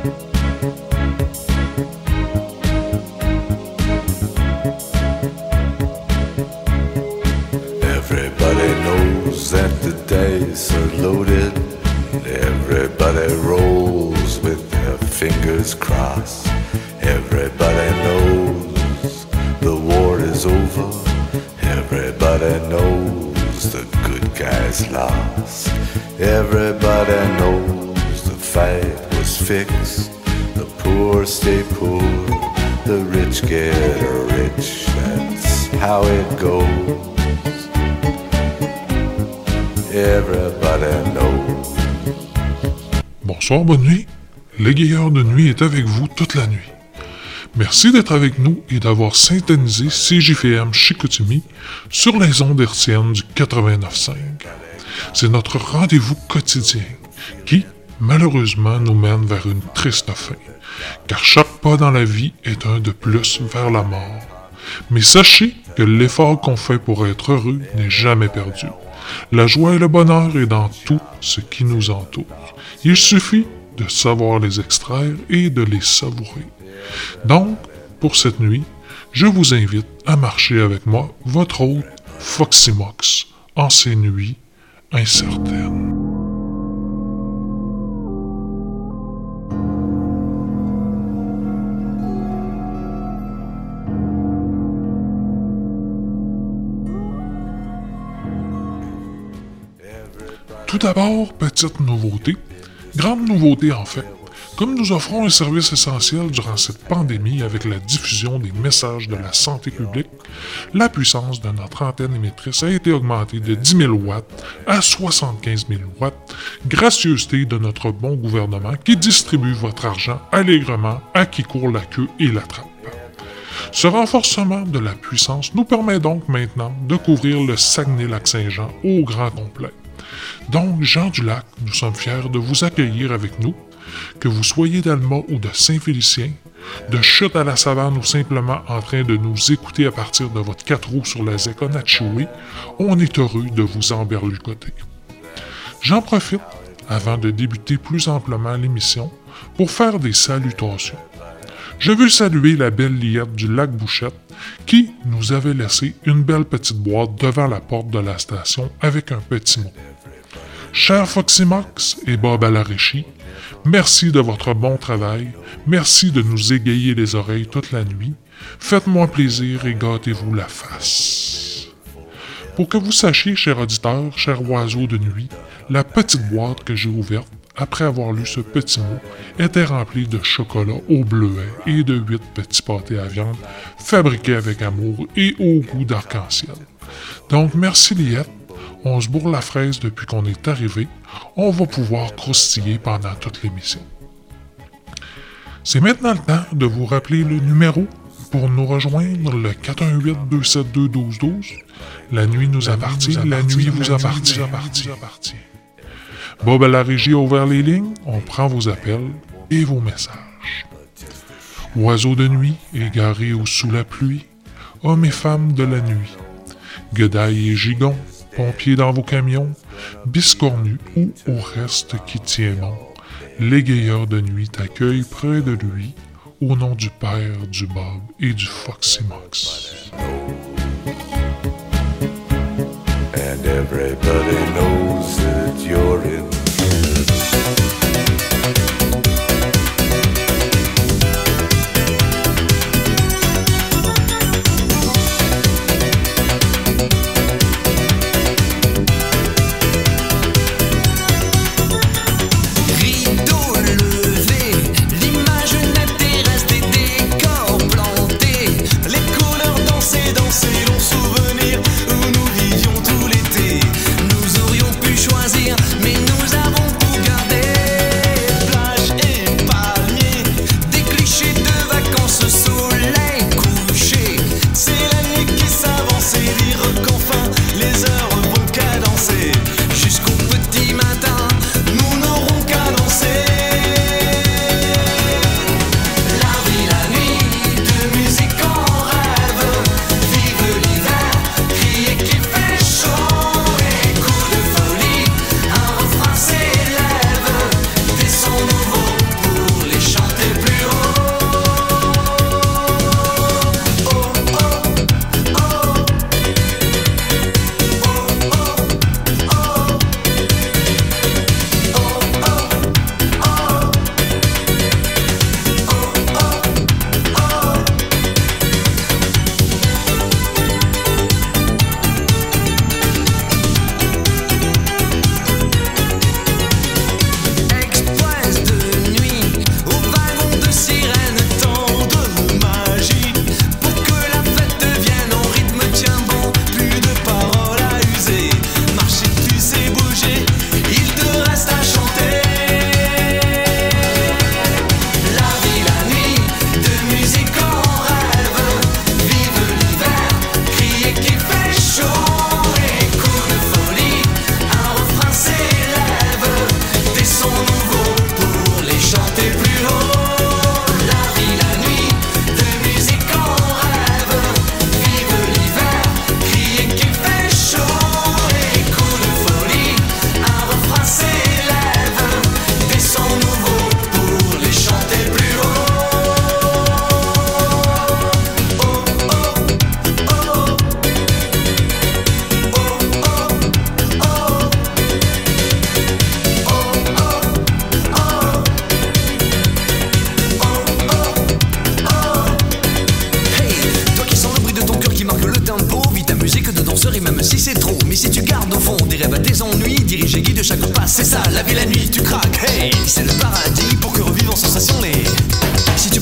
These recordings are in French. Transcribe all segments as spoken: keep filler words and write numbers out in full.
Everybody knows that the dice are loaded. Everybody rolls with their fingers crossed. Everybody knows the war is over. Everybody knows the good guys lost. Everybody knows the fight was fixed. The poor stay poor, the rich get rich. That's how it goes. Everybody knows. Bonsoir, bonne nuit. L'égayeur de nuit est avec vous toute la nuit. Merci d'être avec nous et d'avoir syntonisé C J F M Chicoutimi sur les ondes hertziennes du quatre-vingt-neuf cinq. C'est notre rendez-vous quotidien qui, malheureusement, nous mène vers une triste fin, car chaque pas dans la vie est un de plus vers la mort. Mais sachez que l'effort qu'on fait pour être heureux n'est jamais perdu. La joie et le bonheur est dans tout ce qui nous entoure. Il suffit de savoir les extraire et de les savourer. Donc, pour cette nuit, je vous invite à marcher avec moi, votre hôte Foxy Mox, en ces nuits incertaines. Tout d'abord, petite nouveauté, grande nouveauté en fait. Comme nous offrons un service essentiel durant cette pandémie avec la diffusion des messages de la santé publique, la puissance de notre antenne émettrice a été augmentée de dix mille watts à soixante-quinze mille watts, gracieuseté de notre bon gouvernement qui distribue votre argent allègrement à qui court la queue et l'attrape. Ce renforcement de la puissance nous permet donc maintenant de couvrir le Saguenay-Lac-Saint-Jean au grand complet. Donc, Jean du Lac, nous sommes fiers de vous accueillir avec nous, que vous soyez d'Alma ou de Saint-Félicien, de Chute à la Savane ou simplement en train de nous écouter à partir de votre quatre roues sur la Zéconachioué, on est heureux de vous emberlucoter. J'en profite, avant de débuter plus amplement l'émission, pour faire des salutations. Je veux saluer la belle Liette du lac Bouchette qui nous avait laissé une belle petite boîte devant la porte de la station avec un petit mot. Cher Foxy Mox et Bob Alaréchi, merci de votre bon travail, merci de nous égayer les oreilles toute la nuit, faites-moi plaisir et gâtez-vous la face. Pour que vous sachiez, chers auditeurs, chers oiseaux de nuit, la petite boîte que j'ai ouverte, après avoir lu ce petit mot, était remplie de chocolat au bleuet et de huit petits pâtés à viande fabriqués avec amour et au goût d'arc-en-ciel. Donc, merci Liette. On se bourre la fraise depuis qu'on est arrivé. On va pouvoir croustiller pendant toute l'émission. C'est maintenant le temps de vous rappeler le numéro pour nous rejoindre, le quatre un huit, deux sept deux, un deux un deux. La nuit nous appartient, la nuit vous appartient. Bob à la régie a ouvert les lignes, on prend vos appels et vos messages. Oiseaux de nuit, égarés ou sous la pluie, hommes et femmes de la nuit, guedailles et gigons, pompiers dans vos camions, biscornus ou au reste qui tient bon, l'égayeur de nuit t'accueille près de lui, au nom du Père, du Bob et du Foxy Mox. And everybody knows that you're in. Danser, danser, long souvenir où nous vivions tout l'été. Nous aurions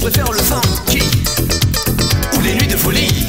préfère le funky ou les nuits de folie.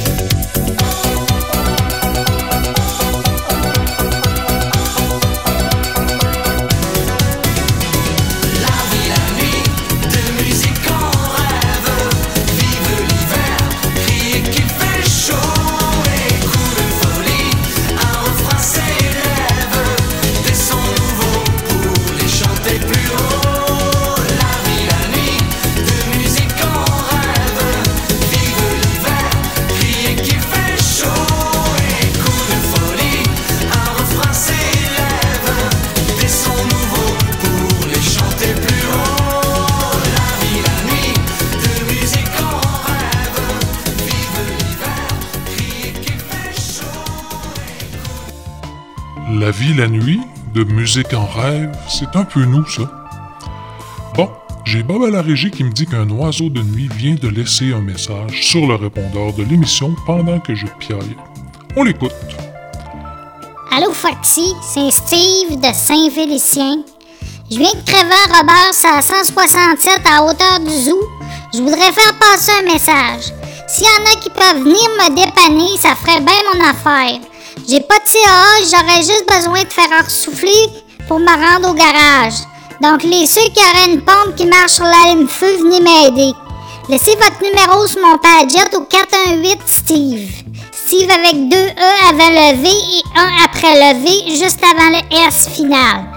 La vie, la nuit, de musique en rêve, c'est un peu nous, ça. Bon, j'ai Bob à la régie qui me dit qu'un oiseau de nuit vient de laisser un message sur le répondeur de l'émission pendant que je piaille. On l'écoute. Allô, Forti, c'est Steve de Saint-Félicien. Je viens de crever Robert à cent soixante-sept à hauteur du zoo. Je voudrais faire passer un message. S'il y en a qui peuvent venir me dépanner, ça ferait bien mon affaire. J'ai pas de C A A, j'aurais juste besoin de faire ressouffler pour me rendre au garage. Donc, les ceux qui auraient une pompe qui marche sur l'allume-feu, venez m'aider. Laissez votre numéro sur mon Padjet au quatre un huit Steve. Steve avec deux E avant le V et un après le V, juste avant le S final.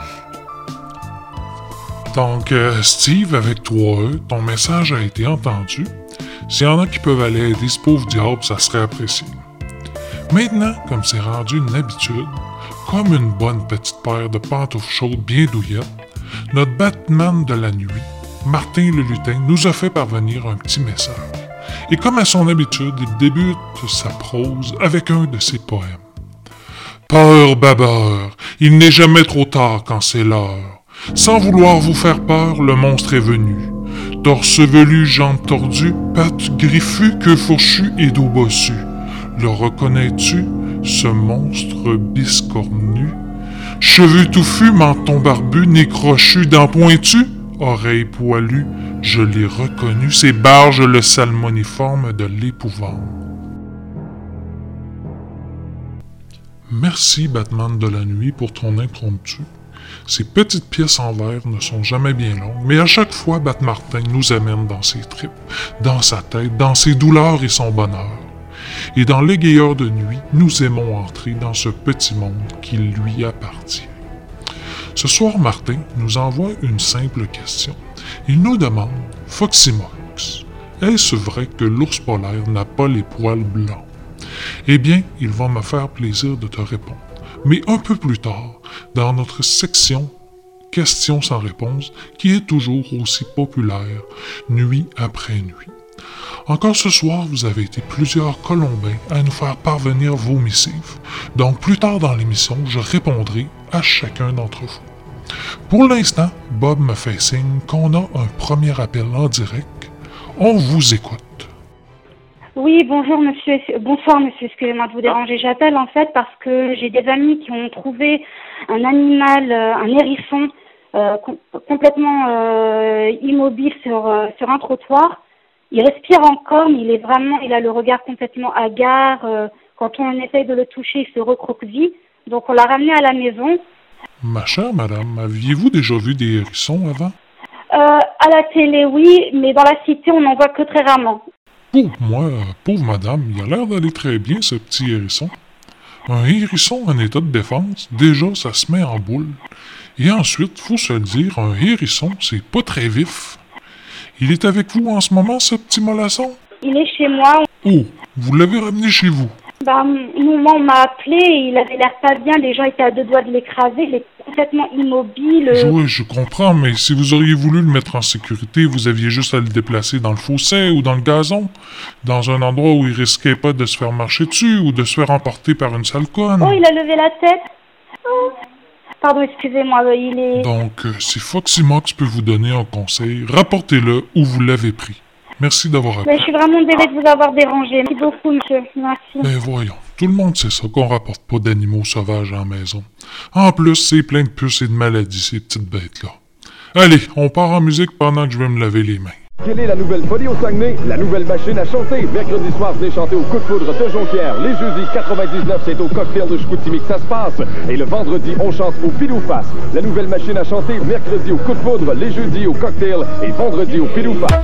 Donc, euh, Steve avec trois E, ton message a été entendu. S'il y en a qui peuvent aller aider ce pauvre diable, ça serait apprécié. Maintenant, comme c'est rendu une habitude, comme une bonne petite paire de pantoufles chaudes bien douillettes, notre Batman de la nuit, Martin le lutin, nous a fait parvenir un petit message. Et comme à son habitude, il débute sa prose avec un de ses poèmes. Peur, babeur, il n'est jamais trop tard quand c'est l'heure. Sans vouloir vous faire peur, le monstre est venu. Torse velu, jambes tordues, pattes griffues, queue fourchue et dos bossu. Le reconnais-tu, ce monstre biscornu? Cheveux touffus, menton barbu, nez crochu, dents pointues, oreilles poilues, je l'ai reconnu, ses barges le salmoniforme de l'épouvante. Merci, Batman de la nuit, pour ton impromptu. Ces petites pièces en verre ne sont jamais bien longues, mais à chaque fois, Bat-Martin nous amène dans ses tripes, dans sa tête, dans ses douleurs et son bonheur. Et dans l'égayeur de nuit, nous aimons entrer dans ce petit monde qui lui appartient. Ce soir, Martin nous envoie une simple question. Il nous demande, Foxymox, est-ce vrai que l'ours polaire n'a pas les poils blancs? Eh bien, il va me faire plaisir de te répondre. Mais un peu plus tard, dans notre section Questions sans réponse, qui est toujours aussi populaire, nuit après nuit. Encore ce soir, vous avez été plusieurs Colombins à nous faire parvenir vos missives. Donc, plus tard dans l'émission, je répondrai à chacun d'entre vous. Pour l'instant, Bob me fait signe qu'on a un premier appel en direct. On vous écoute. Oui, bonjour monsieur, bonsoir monsieur, excusez-moi de vous déranger. J'appelle en fait parce que j'ai des amis qui ont trouvé un animal, un hérisson, euh, com- complètement euh, immobile sur, euh, sur un trottoir. Il respire encore, mais il est vraiment, il a le regard complètement hagard. Euh, quand on essaye de le toucher, il se recroqueville. Donc on l'a ramené à la maison. Ma chère madame, aviez-vous déjà vu des hérissons avant? Euh, à la télé, oui, mais dans la cité, on n'en voit que très rarement. Pour moi, pauvre madame, il a l'air d'aller très bien, ce petit hérisson. Un hérisson en état de défense, déjà, ça se met en boule. Et ensuite, faut se le dire, un hérisson, c'est pas très vif. Il est avec vous en ce moment, ce petit mollasson? Il est chez moi. Oh, vous l'avez ramené chez vous? Bah, nous, on m'a appelé, il avait l'air pas bien, les gens étaient à deux doigts de l'écraser, il est complètement immobile. Oui, je comprends, mais si vous auriez voulu le mettre en sécurité, vous aviez juste à le déplacer dans le fossé ou dans le gazon, dans un endroit où il risquait pas de se faire marcher dessus ou de se faire emporter par une sale conne. Oh, il a levé la tête. Oh. Pardon, excusez-moi, il est... Donc, euh, si Foxymox peut vous donner un conseil, rapportez-le où vous l'avez pris. Merci d'avoir appelé. Mais je suis vraiment désolée de vous avoir dérangé. Merci beaucoup, monsieur. Merci. Ben voyons, tout le monde sait ça, qu'on rapporte pas d'animaux sauvages en maison. En plus, c'est plein de puces et de maladies, ces petites bêtes-là. Allez, on part en musique pendant que je vais me laver les mains. Quelle est la nouvelle folie au Saguenay? La nouvelle machine à chanter. Mercredi soir, venez chanter au Coup de foudre de Jonquière. Les jeudis, quatre-vingt-dix-neuf, c'est au cocktail de Chicoutimi que ça se passe. Et le vendredi, on chante au Pilou Face. La nouvelle machine à chanter, mercredi au Coup de foudre, les jeudis au cocktail et vendredi au Pilou Face.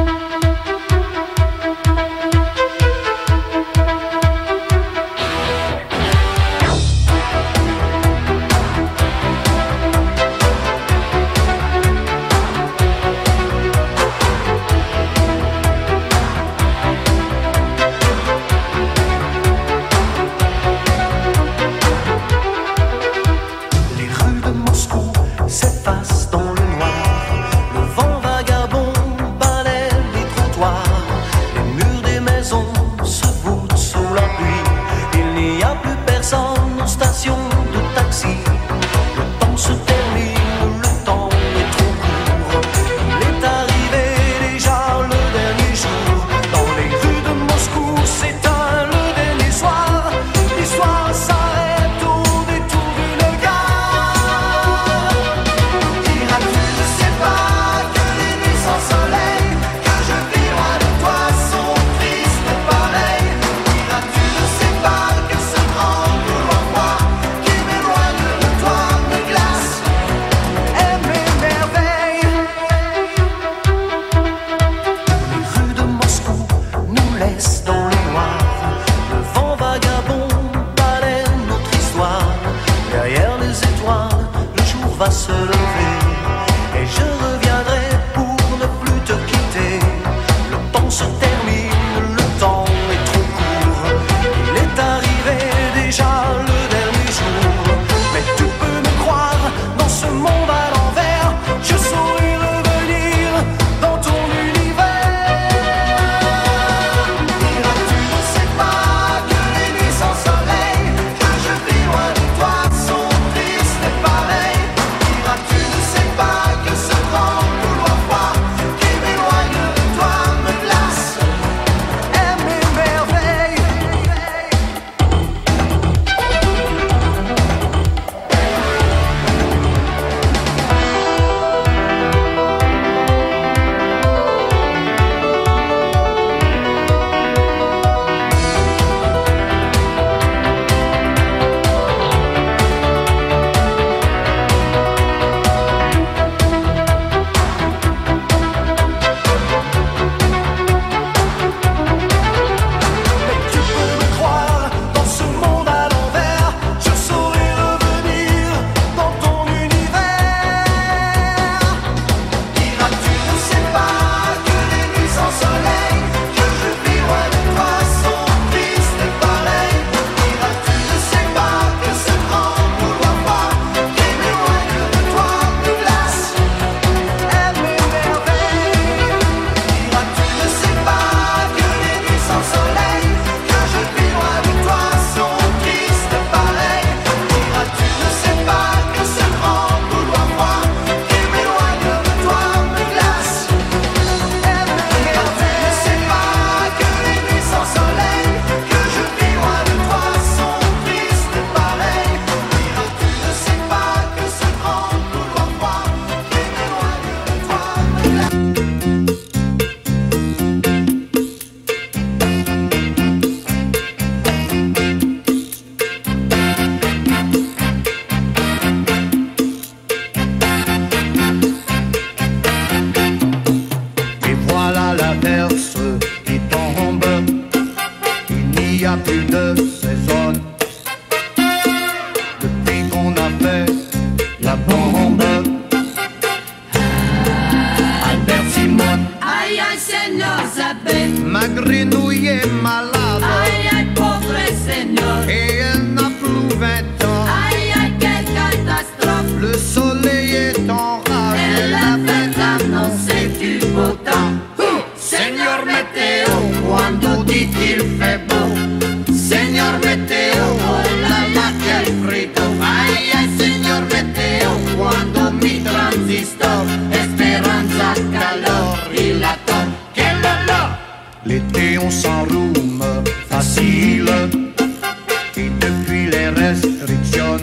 L'été on s'enrhume facile et depuis les restrictions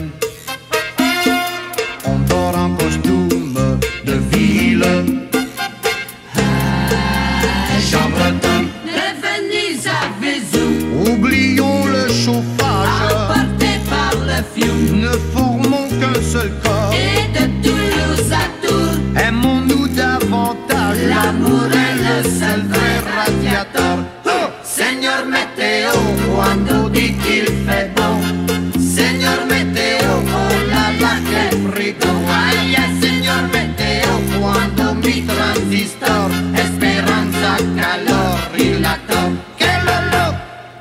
on dort en costume de ville. chambretons de Venise à Vézou. Oublions le chauffage, Emportés par le fioul, ne formons qu'un seul corps. et de Toulouse à Tours, Aimons-nous davantage, l'amour est le seul vrai radiateur. Oh! Seigneur météo, quando dit qu'il fait bon. Seigneur météo, oh là là, quel frigo. Aïe, Seigneur météo, quando mi transistor, Esperanza calor, rilator. Quel lolo!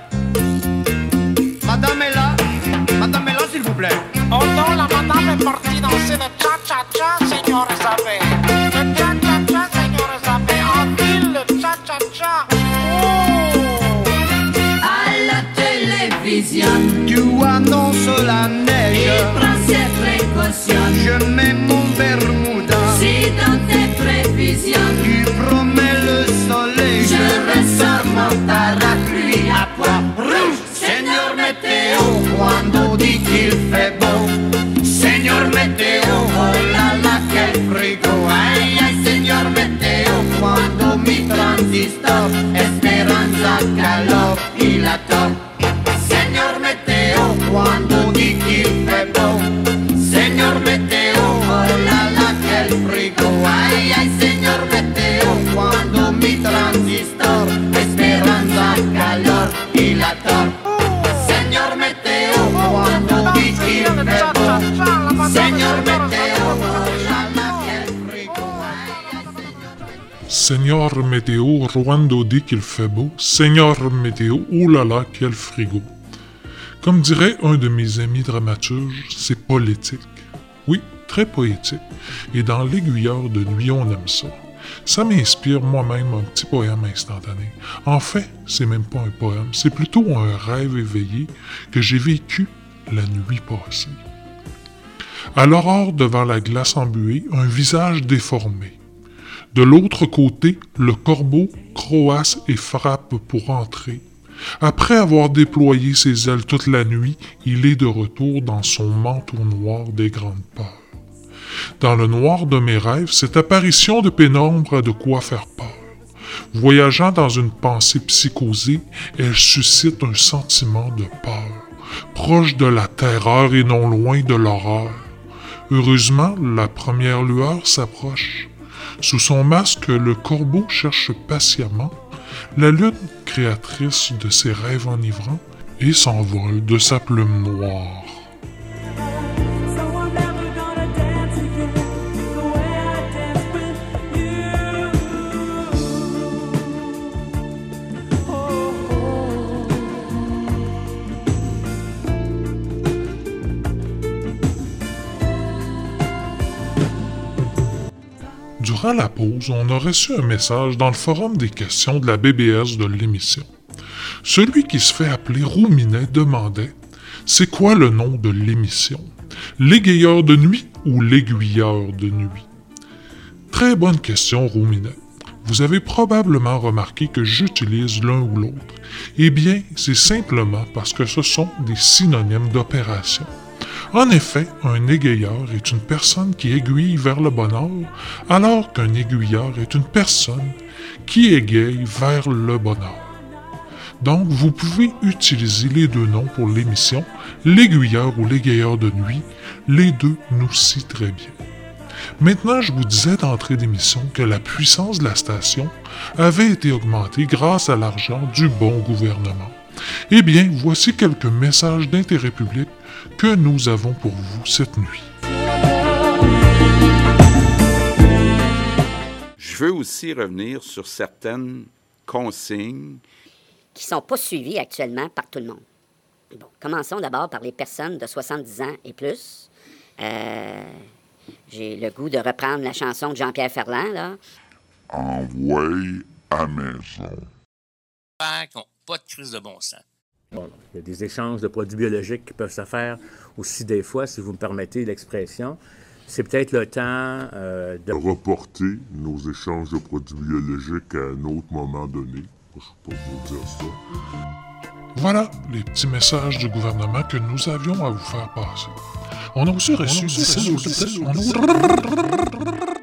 Madame est là, madame est là, s'il vous plaît. Oh non, la madame est partie danser le cha-cha-cha, Seigneur Isabelle. Le cha-cha-cha, Seigneur Isabelle. En ville, le cha-cha-cha. Oh! À la télévision, Tu annonces la il neige, prend ses précautions. je mets mon bermuda. Si dans tes prévisions, Tu promets le soleil, je ressors mon parapluie à pois rouge. Seigneur météo, quando dit qu'il fait beau. Seigneur météo, oh là là, quel frigo. Aïe, aïe, Seigneur météo, quando mi transistor, Esperanza calor, il a tort. Seigneur météo, quando dit qu'il fait beau. Seigneur météo, oh là là, quel frigo. Aïe, aïe, Seigneur météo, quando mi transistor, Esperanza calor, il a tort. Seigneur météo, quando dit qu'il fait beau. Seigneur météo, oh là là, quel frigo. Seigneur météo, Rwando dit qu'il fait beau. Seigneur météo, oh là là, quel frigo. Comme dirait un de mes amis dramaturges, c'est politique. Oui, très poétique. Et dans l'Aiguilleur de nuit, on aime ça. Ça m'inspire moi-même un petit poème instantané. En fait, c'est même pas un poème, c'est plutôt un rêve éveillé que j'ai vécu la nuit passée. À l'aurore devant la glace embuée, un visage déformé. De l'autre côté, le corbeau croasse et frappe pour entrer. Après avoir déployé ses ailes toute la nuit, il est de retour dans son manteau noir des grandes peurs. Dans le noir de mes rêves, cette apparition de pénombre a de quoi faire peur. Voyageant dans une pensée psychosée, elle suscite un sentiment de peur, proche de la terreur et non loin de l'horreur. Heureusement, la première lueur s'approche. Sous son masque, le corbeau cherche patiemment la lune créatrice de ses rêves enivrants et s'envole de sa plume noire. Durant la pause, on a reçu un message dans le forum des questions de la B B S de l'émission. Celui qui se fait appeler Rouminet demandait « C'est quoi le nom de l'émission? L'égayeur de nuit ou l'aiguilleur de nuit? » Très bonne question, Rouminet. Vous avez probablement remarqué que j'utilise l'un ou l'autre. Eh bien, c'est simplement parce que ce sont des synonymes d'opération. En effet, un égayeur est une personne qui aiguille vers le bonheur, alors qu'un aiguilleur est une personne qui égaye vers le bonheur. Donc, vous pouvez utiliser les deux noms pour l'émission, l'aiguilleur ou l'égayeur de nuit, les deux nous cient très bien. Maintenant, je vous disais d'entrée d'émission que la puissance de la station avait été augmentée grâce à l'argent du bon gouvernement. Eh bien, voici quelques messages d'intérêt public que nous avons pour vous cette nuit. Je veux aussi revenir sur certaines consignes qui ne sont pas suivies actuellement par tout le monde. Bon, commençons d'abord par les personnes de soixante-dix ans et plus. Euh, j'ai le goût de reprendre la chanson de Jean-Pierre Ferland, là. Envoyez à maison. Pas de crise de bon sens. Bon, il y a des échanges de produits biologiques qui peuvent se faire aussi des fois, si vous me permettez l'expression. C'est peut-être le temps euh, de... reporter nos échanges de produits biologiques à un autre moment donné. Je ne sais pas vous dire ça. Voilà les petits messages du gouvernement que nous avions à vous faire passer. On a aussi reçu... On a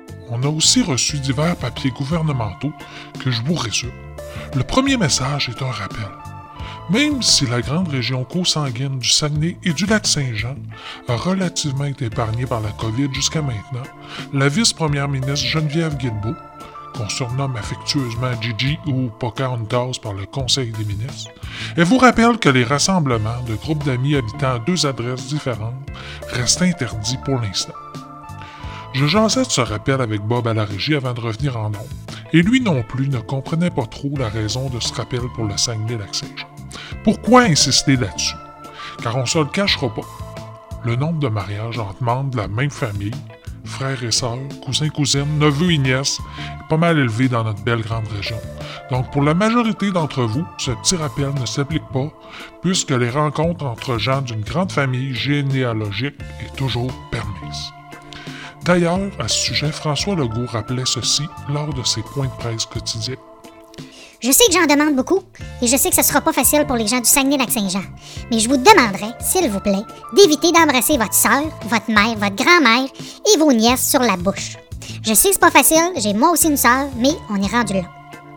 aussi reçu divers papiers gouvernementaux que je vous résume. Le premier message est un rappel. Même si la grande région consanguine du Saguenay et du Lac-Saint-Jean a relativement été épargnée par la COVID jusqu'à maintenant, la vice-première ministre Geneviève Guilbeault, qu'on surnomme affectueusement Gigi ou Pocahontas par le Conseil des ministres, elle vous rappelle que les rassemblements de groupes d'amis habitant à deux adresses différentes restent interdits pour l'instant. Je jasais de ce rappel avec Bob à la régie avant de revenir en ondes, et lui non plus ne comprenait pas trop la raison de ce rappel pour le Saguenay-Lac-Saint-Jean. Pourquoi insister là-dessus? Car on ne se le cachera pas. Le nombre de mariages entre membres de la même famille, frères et sœurs, cousins, cousines, neveux et nièces, est pas mal élevé dans notre belle grande région. Donc pour la majorité d'entre vous, ce petit rappel ne s'applique pas, puisque les rencontres entre gens d'une grande famille généalogique est toujours permise. D'ailleurs, à ce sujet, François Legault rappelait ceci lors de ses points de presse quotidiens. Je sais que j'en demande beaucoup, et je sais que ce sera pas facile pour les gens du Saguenay-Lac-Saint-Jean, mais je vous demanderai, s'il vous plaît, d'éviter d'embrasser votre sœur, votre mère, votre grand-mère et vos nièces sur la bouche. Je sais que c'est pas facile, j'ai moi aussi une sœur, mais on est rendu là.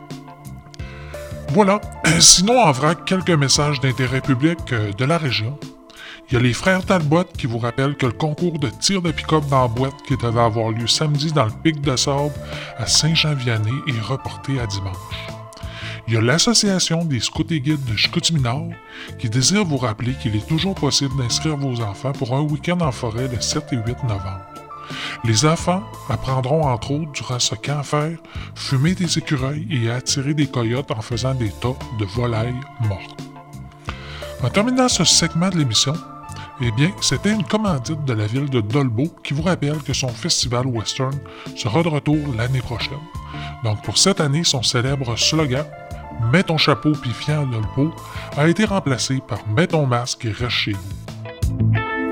Voilà. Sinon, en vrac, quelques messages d'intérêt public euh, de la région. Il y a les frères Talbot qui vous rappellent que le concours de tir de pick-up dans la boîte qui devait avoir lieu samedi dans le Pic de Sable à Saint-Jean-Vianney est reporté à dimanche. Il y a l'Association des scouts et guides de Chicoutimi-Nord qui désire vous rappeler qu'il est toujours possible d'inscrire vos enfants pour un week-end en forêt le sept et huit novembre. Les enfants apprendront entre autres durant ce camp à faire fumer des écureuils et à attirer des coyotes en faisant des tas de volailles mortes. En terminant ce segment de l'émission, eh bien, c'était une commandite de la ville de Dolbeau qui vous rappelle que son festival western sera de retour l'année prochaine. Donc pour cette année, son célèbre slogan « Mets ton chapeau puis viens à Dolbeau » a été remplacé par « Mets ton masque et reste chez vous ».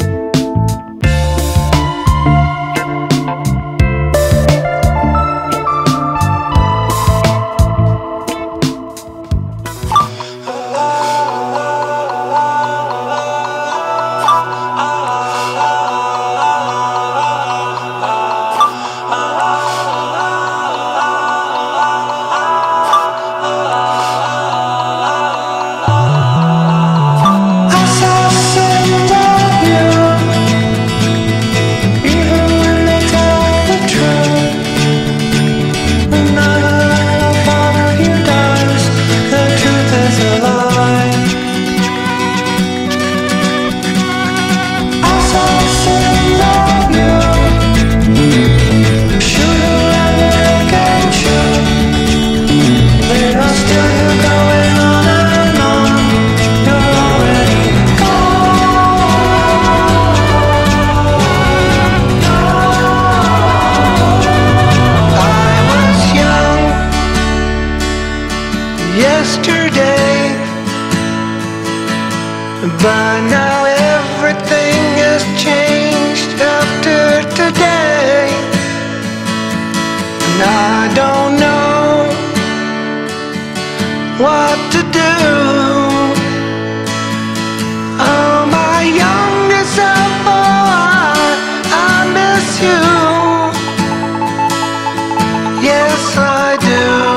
But now everything has changed after today, and I don't know what to do. Oh, my youngest boy, I miss you. Yes, I do.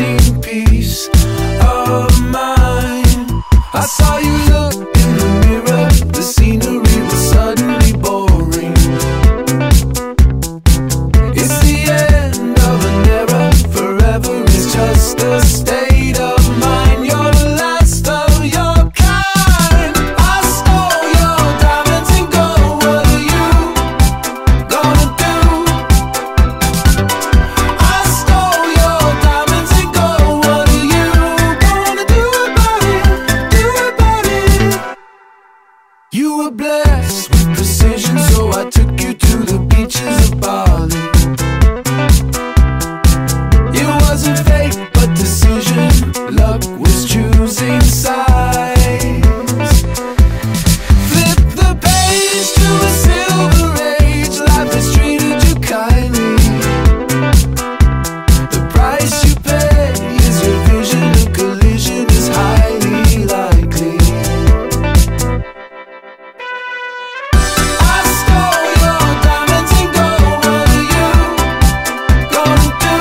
fleeting piece of mine. I saw you look in the mirror, the scenery was suddenly boring. It's the end of an era, forever is just a state of mind. You're the last of your kind. I stole your diamonds and gold, what are you gonna do? I stole your diamonds and gold, what are you gonna do about it? Do about it? You were blessed with precision, so I took you to the beaches of Bali. It wasn't fate, but decision. Luck was choosing sides. Flip the page to a silver age. Life has treated you kindly. The price you pay is your vision. A collision is highly likely. I stole your diamonds and gold. What are you gonna do?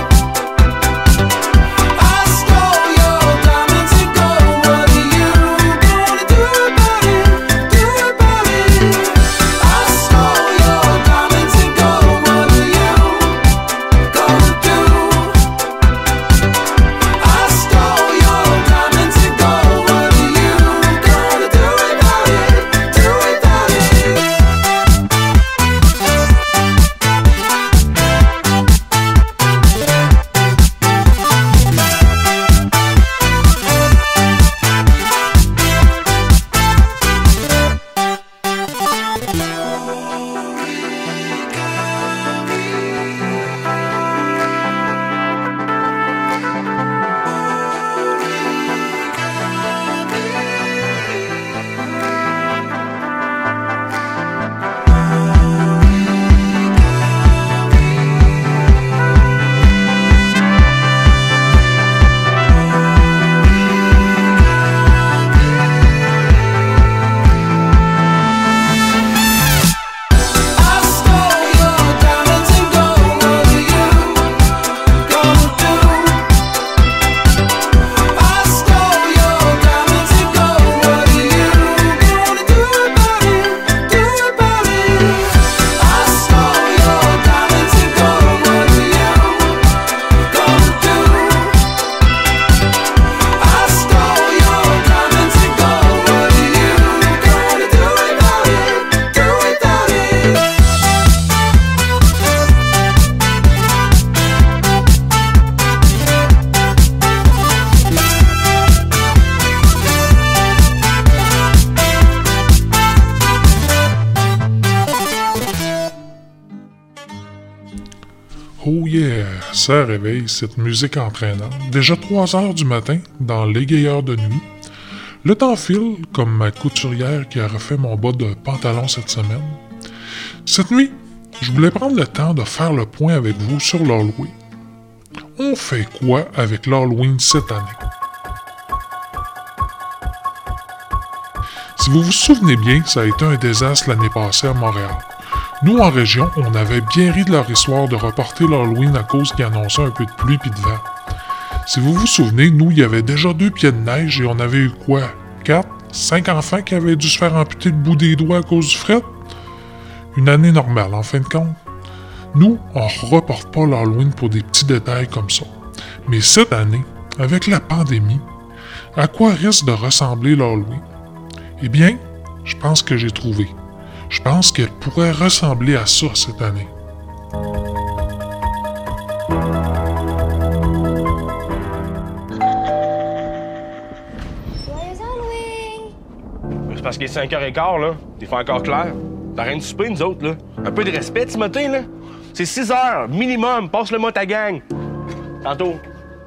I stole your diamonds and gold. What are you gonna do about it? Do about it? I stole your diamonds and gold. What are you gonna do? I stole your diamonds and gold. What are you gonna do about it? Do about it? I stole your diamonds and gold. What are you gonna do? I stole your diamonds and gold. What are you gonna do about it? Do about it? I stole your diamonds and gold. What are you gonna do? I stole your diamonds and gold. What are you gonna do about it? Do about it? Oh yeah, ça réveille cette musique entraînante. Déjà trois heures du matin, dans l'égayeur de nuit. Le temps file, comme ma couturière qui a refait mon bas de pantalon cette semaine. Cette nuit, je voulais prendre le temps de faire le point avec vous sur l'Halloween. On fait quoi avec l'Halloween cette année? Si vous vous souvenez bien, ça a été un désastre l'année passée à Montréal. Nous, en région, on avait bien ri de leur histoire de reporter l'Halloween à cause qu'ils annonçaient un peu de pluie pis de vent. Si vous vous souvenez, nous, il y avait déjà deux pieds de neige et on avait eu quoi? Quatre? Cinq enfants qui avaient dû se faire amputer le bout des doigts à cause du fret? Une année normale, en fin de compte. Nous, on reporte pas l'Halloween pour des petits détails comme ça. Mais cette année, avec la pandémie, à quoi risque de ressembler l'Halloween? Eh bien, je pense que j'ai trouvé. Je pense qu'elle pourrait ressembler à ça cette année. C'est parce qu'il est cinq heures quinze, là. T'es fait encore clair. T'as rien de souper, nous autres, là. Un peu de respect, Timothée, là. C'est six heures, minimum. Passe-le-moi ta gang. Tantôt.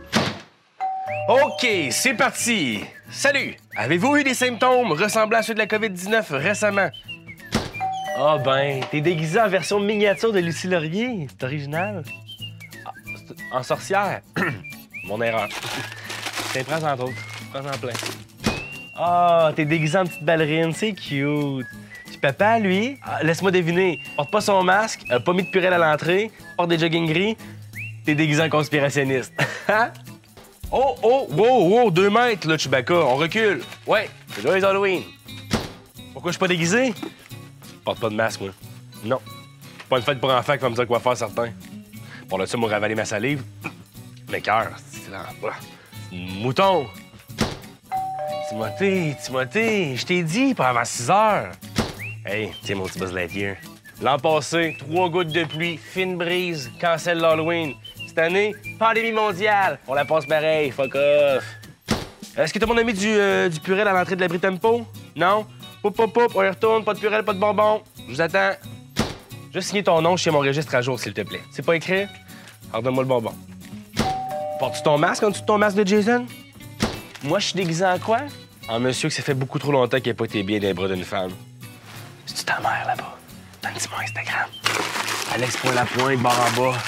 OK, c'est parti. Salut. Avez-vous eu des symptômes ressemblant à ceux de la covid dix-neuf récemment? Ah ben, t'es déguisé en version miniature de Lucie Laurier. C'est original. Ah, c'est- en sorcière. Mon erreur. Tiens, prends-en d'autres. Prends-en plein. Ah, t'es déguisé en petite ballerine. C'est cute. Puis papa, lui, ah, laisse-moi deviner, porte pas son masque, a pas mis de purée à l'entrée, porte des jogging gris, t'es déguisé en conspirationniste. Oh, oh, wow, wow, deux mètres, là, Chewbacca. On recule. Ouais, c'est joyeux Halloween. Pourquoi je suis pas déguisé? Je porte pas de masque, moi. Non. Pas une fête pour enfants qui va me dire quoi faire, certains. Pour le ça, moi, ravaler ma salive. Mes cœurs, c'est là. Mouton. Timothée, Timothée, je t'ai dit, pas avant six heures. Hey, tiens, mon petit Buzz Lightyear. L'an passé, trois gouttes de pluie, fine brise, cancel l'Halloween. Cette année, pandémie mondiale. On la passe pareil, fuck off. Est-ce que tout le monde a mis du, euh, du purel à l'entrée de l'abri tempo? Non? Poup, poup, poup, on y retourne, pas de purel, pas de bonbons. Je vous attends. Juste signer ton nom chez mon registre à jour, s'il te plaît. C'est pas écrit? Alors donne-moi le bonbon. Portes-tu ton masque en dessous de ton masque de Jason? Moi, je suis déguisé en quoi? En monsieur que ça fait beaucoup trop longtemps qu'il n'a pas été bien dans les bras d'une femme. C'est-tu ta mère, là-bas? Donne-moi mon Instagram. Alex.lapointe, barre en bas.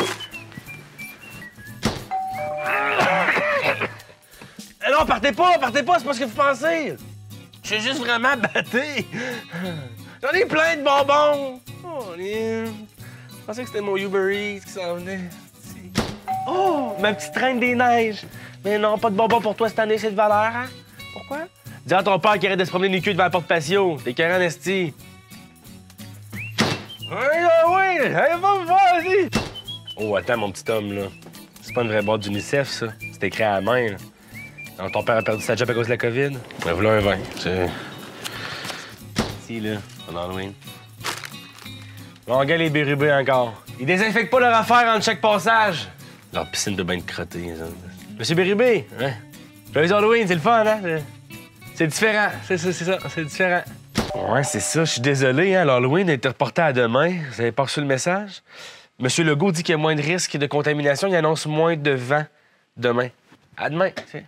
Eh non, partez pas, partez pas, c'est pas ce que vous pensez. Je suis juste vraiment batté. J'en ai plein de bonbons. Oh, je pensais que c'était mon Uber Eats qui s'en venait. Oh, ma petite reine des neiges. Mais non, pas de bonbons pour toi cette année, c'est de valeur, hein? Pourquoi? Dis à ton père qui arrête de se promener les culs devant la porte patio. T'es carré en esti. Oui, oui, allez, va me voir, vas-y. Oh, attends, mon petit homme, là. C'est pas une vraie boîte d'UNICEF, ça. C'est écrit à la main, là. Non, ton père a perdu sa job à cause de la COVID. Ben, voilà un vin. C'est... Si, là, en Halloween. On gagne les bérubés encore. Ils désinfectent pas leur affaire entre chaque passage. Leur piscine de bain de crotté, ça. Monsieur Bérubé, hein? Joyeux Halloween, c'est le fun, hein? C'est différent. C'est ça, c'est ça. C'est différent. Ouais, c'est ça. Je suis désolé, hein? L'Halloween a été reporté à demain. Vous avez pas reçu le message? Monsieur Legault dit qu'il y a moins de risques de contamination. Il annonce moins de vent demain. À demain, c'est...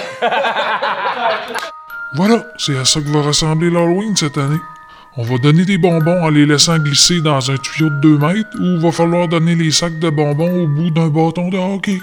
Voilà, c'est à ça que va ressembler l'Halloween cette année. On va donner des bonbons en les laissant glisser dans un tuyau de deux mètres ou va falloir donner les sacs de bonbons au bout d'un bâton de hockey.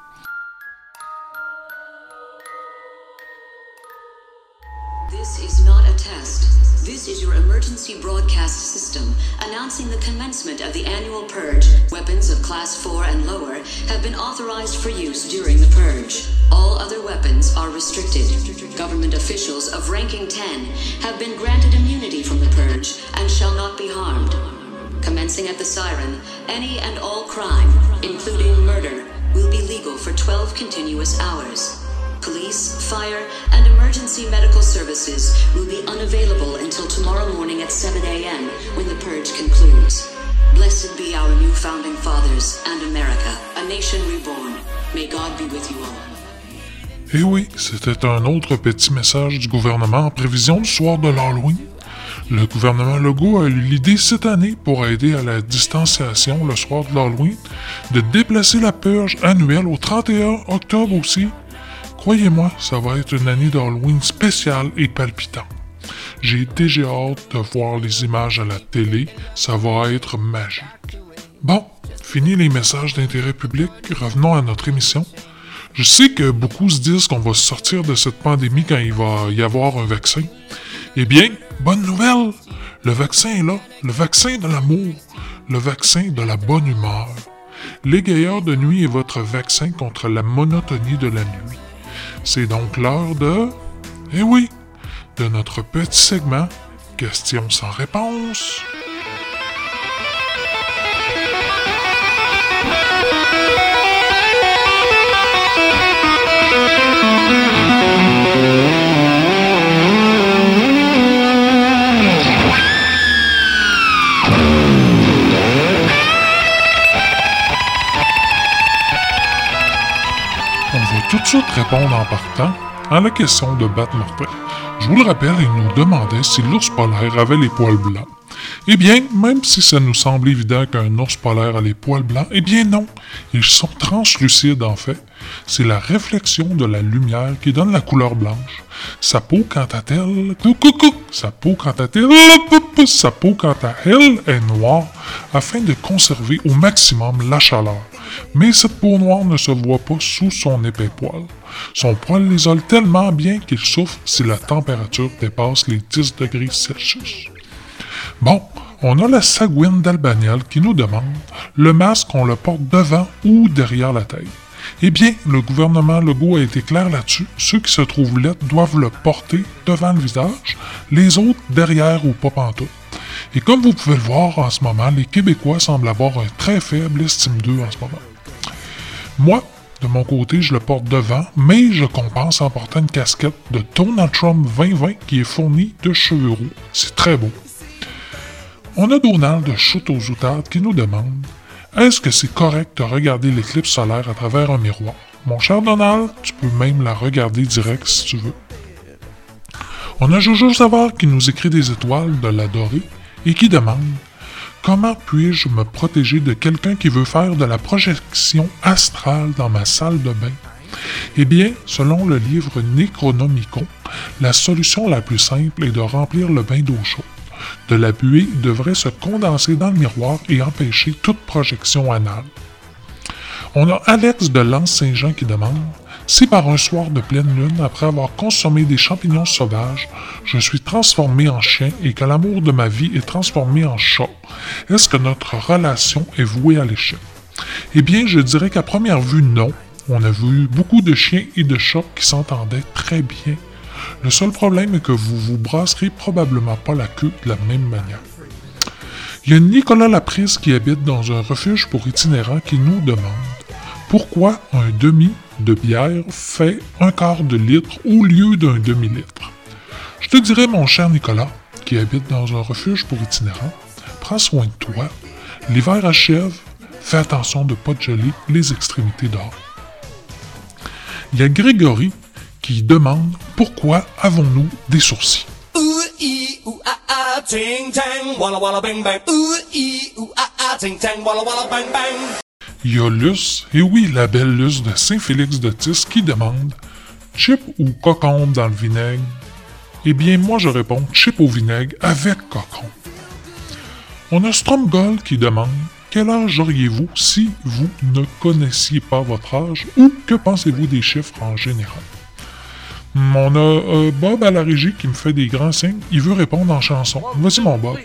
This is not a test. This is your emergency broadcast system announcing the commencement of the annual purge. Weapons of class four and lower have been authorized for use during the purge. All other weapons are restricted. Government officials of ranking ten have been granted immunity from the purge and shall not be harmed. Commencing at the siren, any and all crime, including murder, will be legal for twelve continuous hours. Police, fire, and emergency medical services will be unavailable until tomorrow morning at seven a.m. when the purge concludes. Blessed be our new founding fathers and America, a nation reborn. May God be with you all. Eh oui, c'était un autre petit message du gouvernement en prévision du soir de l'Halloween. Le gouvernement Legault a eu l'idée cette année, pour aider à la distanciation le soir de l'Halloween, de déplacer la purge annuelle au trente et un octobre aussi. Croyez-moi, ça va être une année d'Halloween spéciale et palpitante. J'ai déjà hâte de voir les images à la télé, ça va être magique. Bon, fini les messages d'intérêt public, revenons à notre émission. Je sais que beaucoup se disent qu'on va sortir de cette pandémie quand il va y avoir un vaccin. Eh bien, bonne nouvelle! Le vaccin est là, le vaccin de l'amour, le vaccin de la bonne humeur. L'égayeur de nuit est votre vaccin contre la monotonie de la nuit. C'est donc l'heure de... Eh oui, de notre petit segment Questions sans réponse. Tout de suite répondre en partant à la question de Bat Mortel. Je vous le rappelle, il nous demandait si l'ours polaire avait les poils blancs. Eh bien, même si ça nous semble évident qu'un ours polaire a les poils blancs, eh bien non, ils sont translucides en fait. C'est la réflexion de la lumière qui donne la couleur blanche. Sa peau, quant à elle, coucou, sa peau, quant à elle, sa peau, quant à elle, est noire afin de conserver au maximum la chaleur. Mais cette peau noire ne se voit pas sous son épais poil. Son poil l'isole tellement bien qu'il souffre si la température dépasse les dix degrés Celsius. Bon, on a la sagouine d'Albaniel qui nous demande « Le masque, on le porte devant ou derrière la tête? » Eh bien, le gouvernement Legault a été clair là-dessus. Ceux qui se trouvent laids doivent le porter devant le visage, les autres derrière ou pas pantoute. Et comme vous pouvez le voir en ce moment, les Québécois semblent avoir un très faible estime d'eux en ce moment. Moi, de mon côté, je le porte devant, mais je compense en portant une casquette de Donald Trump vingt vingt qui est fournie de cheveux roux. C'est très beau. On a Donald de Chute aux Outades qui nous demande « Est-ce que c'est correct de regarder l'éclipse solaire à travers un miroir? » Mon cher Donald, tu peux même la regarder direct si tu veux. On a Jojo Savard qui nous écrit des étoiles de l'adorer et qui demande « Comment puis-je me protéger de quelqu'un qui veut faire de la projection astrale dans ma salle de bain? » Eh bien, selon le livre Necronomicon, la solution la plus simple est de remplir le bain d'eau chaude. De la buée devrait se condenser dans le miroir et empêcher toute projection anale. On a Alex de Lens-Saint-Jean qui demande « Si par un soir de pleine lune, après avoir consommé des champignons sauvages, je suis transformé en chien et que l'amour de ma vie est transformé en chat, est-ce que notre relation est vouée à l'échec? » Eh bien, je dirais qu'à première vue, non. On a vu beaucoup de chiens et de chats qui s'entendaient très bien. Le seul problème est que vous vous brasserez probablement pas la queue de la même manière. Il y a Nicolas Laprise qui habite dans un refuge pour itinérants qui nous demande pourquoi un demi de bière fait un quart de litre au lieu d'un demi-litre. Je te dirais, mon cher Nicolas, qui habite dans un refuge pour itinérants, prends soin de toi, l'hiver achève, fais attention de ne pas te geler les extrémités dehors. Il y a Grégory qui demande pourquoi avons-nous des sourcils. Il y a Luce, et oui, la belle Luce de Saint-Félix-de-Tis qui demande chip ou cocombe dans le vinaigre? Eh bien, moi je réponds chip au vinaigre avec cocombe. On a Stromgol qui demande quel âge auriez-vous si vous ne connaissiez pas votre âge ou que pensez-vous des chiffres en général? On a euh, Bob à la régie qui me fait des grands signes. Il veut répondre en chanson. Vas-y, mon Bob.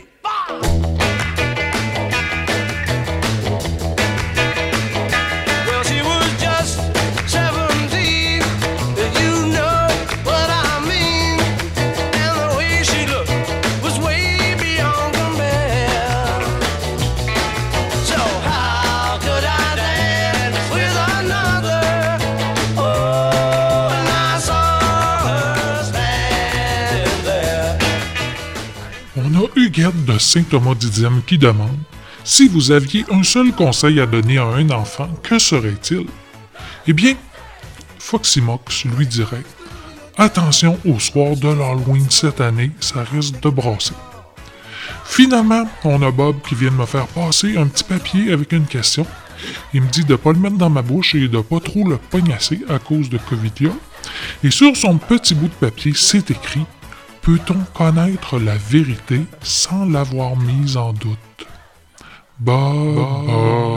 Huguette de Saint-Thomas-Didyme qui demande « Si vous aviez un seul conseil à donner à un enfant, que serait-il? » Eh bien, Foxymox lui dirait « Attention au soir de l'Halloween cette année, ça risque de brasser. » Finalement, on a Bob qui vient de me faire passer un petit papier avec une question. Il me dit de ne pas le mettre dans ma bouche et de ne pas trop le pognasser à cause de Covidia. Et sur son petit bout de papier, c'est écrit « Peut-on connaître la vérité sans l'avoir mise en doute? » Bob. Bob.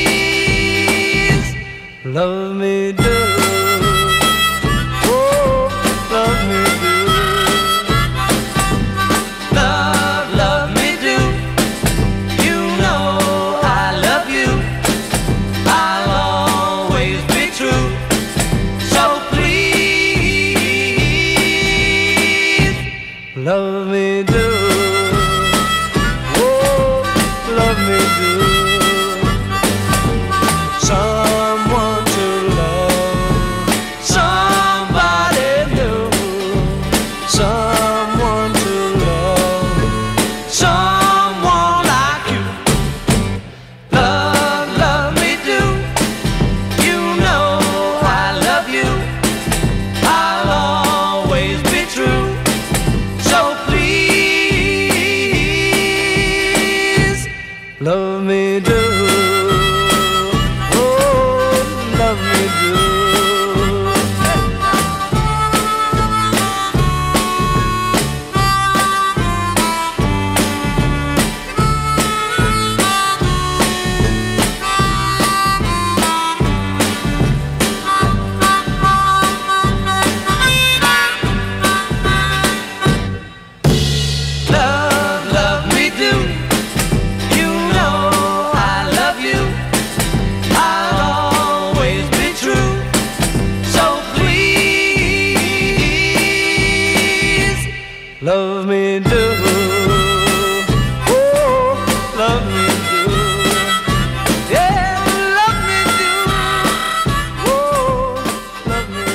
Love me do. Oh, do. Oh, love me do. Yeah, love me do. Oh, love me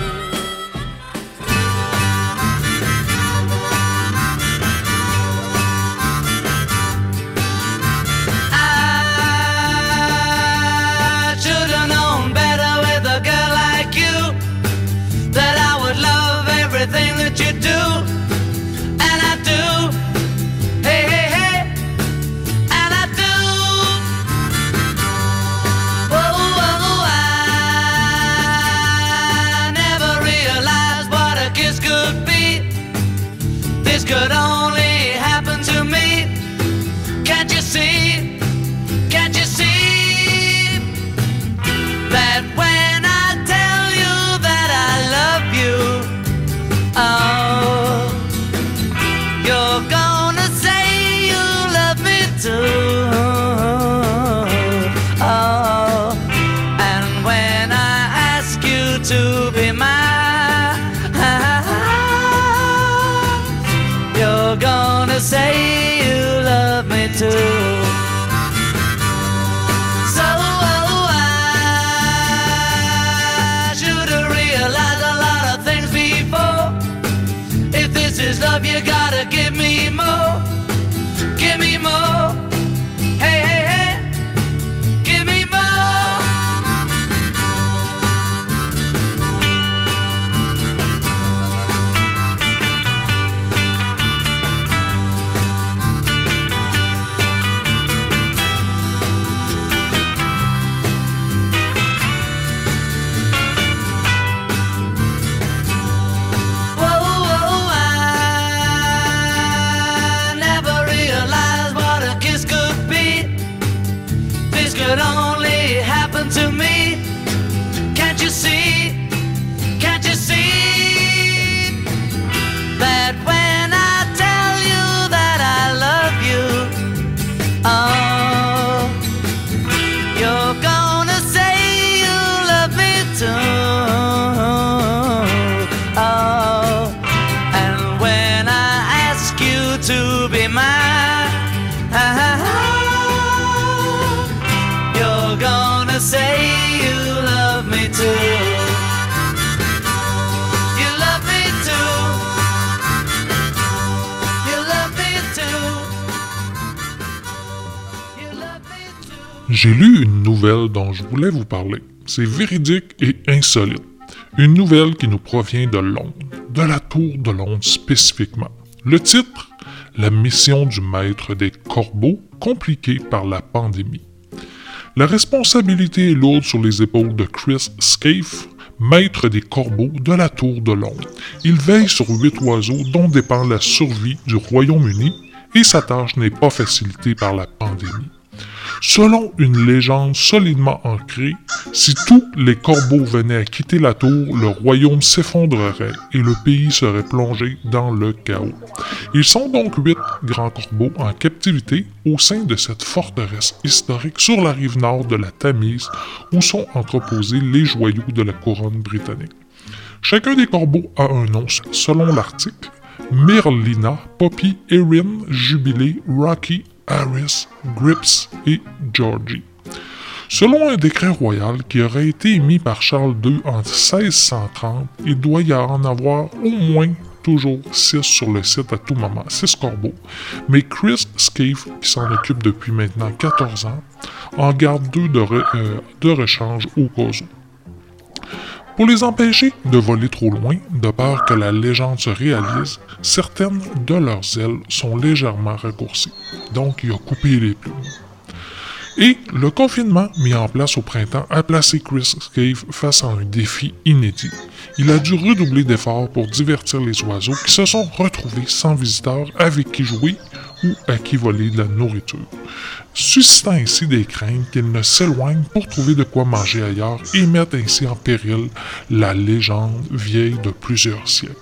I should have known better with a girl like you, that I would love everything that you do, and I do. Hey, hey, hey, and I do. Whoa, whoa, I never realized what a kiss could be. This could only happen to me. Can't you see? Can't you see that when I tell you that I love you, oh, you're gonna say you love me too. Oh, and when I ask you to be mine, you're gonna say you love me too. So I should have realized a lot of things before. If this is love, you gotta give me more. Give me more. Hey, hey, hey. Give me more. Whoa, whoa, I never realized what a kiss could be. This could only happen to me. Can't you see? Can't you see that when I tell you that I love you, oh, you're gonna say you love me too. Oh, and when I ask you to be mine, you're gonna say you love me too. You love me too. You love me too. J'ai lu une nouvelle dont je voulais vous parler. C'est véridique et insolite. Une nouvelle qui nous provient de Londres, de la Tour de Londres spécifiquement. Le titre, La mission du maître des corbeaux, compliquée par la pandémie. La responsabilité est lourde sur les épaules de Chris Scaife, maître des corbeaux de la Tour de Londres. Il veille sur huit oiseaux dont dépend la survie du Royaume-Uni et sa tâche n'est pas facilitée par la pandémie. Selon une légende solidement ancrée, si tous les corbeaux venaient à quitter la tour, le royaume s'effondrerait et le pays serait plongé dans le chaos. Ils sont donc huit grands corbeaux en captivité au sein de cette forteresse historique sur la rive nord de la Tamise où sont entreposés les joyaux de la couronne britannique. Chacun des corbeaux a un nom selon l'article: Myrlina, Poppy, Erin, Jubilé, Rocky, Harris, Grips et Georgie. Selon un décret royal qui aurait été émis par Charles deux en seize cent trente, il doit y en avoir au moins toujours six sur le site à tout moment, six corbeaux. Mais Chris Scaife, qui s'en occupe depuis maintenant quatorze ans, en garde deux de, re, euh, de rechange au cas où. Pour les empêcher de voler trop loin, de peur que la légende se réalise, certaines de leurs ailes sont légèrement raccourcies. Donc, il a coupé les plumes. Et le confinement mis en place au printemps a placé Chris Scaife face à un défi inédit. Il a dû redoubler d'efforts pour divertir les oiseaux qui se sont retrouvés sans visiteurs avec qui jouer ou à qui voler de la nourriture, suscitant ainsi des craintes qu'ils ne s'éloignent pour trouver de quoi manger ailleurs et mettent ainsi en péril la légende vieille de plusieurs siècles.